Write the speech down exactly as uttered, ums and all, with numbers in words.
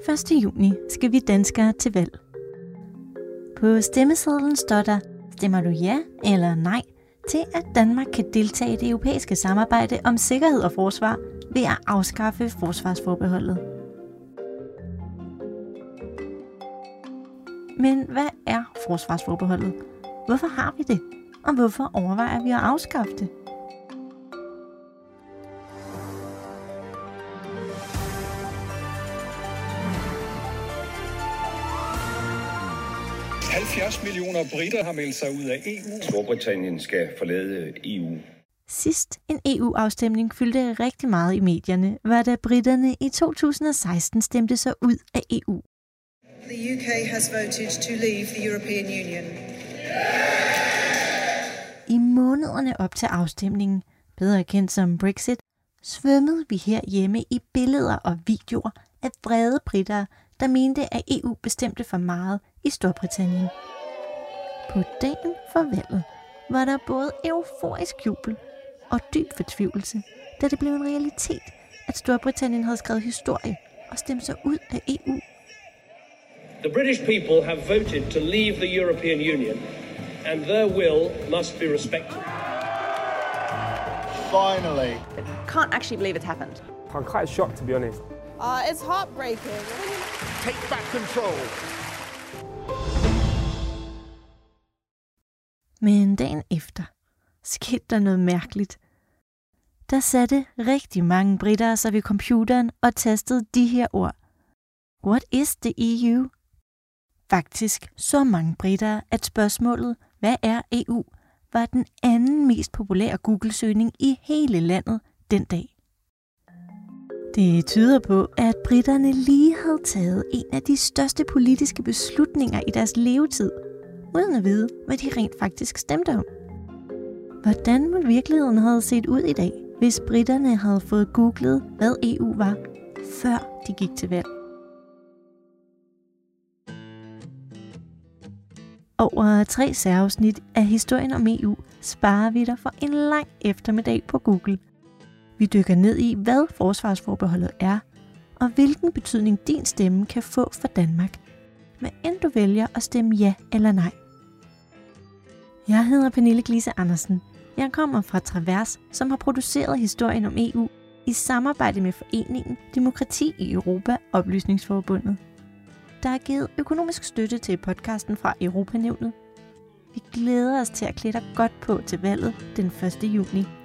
første juni skal vi danskere til valg. På stemmesedlen står der, stemmer du ja eller nej til, at Danmark kan deltage i det europæiske samarbejde om sikkerhed og forsvar ved at afskaffe forsvarsforbeholdet. Men hvad er forsvarsforbeholdet? Hvorfor har vi det? Og hvorfor overvejer vi at afskaffe det? halvfjerds millioner briter har meldt sig ud af E U. Storbritannien skal forlade E U. Sidst en E U-afstemning fyldte rigtig meget i medierne, var da briterne i to tusind og seksten stemte sig ud af E U. The U K has voted to leave the European Union. I månederne op til afstemningen, bedre kendt som Brexit, svømmede vi herhjemme i billeder og videoer af vrede briter, der mente, at E U bestemte for meget i Storbritannien. På dagen for valget var der både euforisk jubel og dyb fortvivlelse, da det blev en realitet, at Storbritannien havde skrevet historie og stemt sig ud af E U. The British people have voted to leave the European Union, and their will must be respected. Finally. Can't actually believe it's happened. I'm quite shocked, to be honest. Uh, it's heartbreaking. Take back control. Men dagen efter skete der noget mærkeligt. Der satte rigtig mange briter sig ved computeren og tastede de her ord. What is the E U? Faktisk så mange briter, at spørgsmålet, hvad er E U, var den anden mest populære Google-søgning i hele landet den dag. Det tyder på, at briterne lige havde taget en af de største politiske beslutninger i deres levetid, uden at vide, hvad de rent faktisk stemte om. Hvordan ville virkeligheden have set ud i dag, hvis briterne havde fået googlet, hvad E U var, før de gik til valg? Over tre særafsnit af historien om E U sparer vi dig for en lang eftermiddag på Google. Vi dykker ned i, hvad forsvarsforbeholdet er, og hvilken betydning din stemme kan få for Danmark, hvad end du vælger at stemme ja eller nej. Jeg hedder Pernille Glise Andersen. Jeg kommer fra Travers, som har produceret historien om E U i samarbejde med foreningen Demokrati i Europa Oplysningsforbundet. Der er givet økonomisk støtte til podcasten fra Europanævnet. Vi glæder os til at klæde dig godt på til valget den første juni.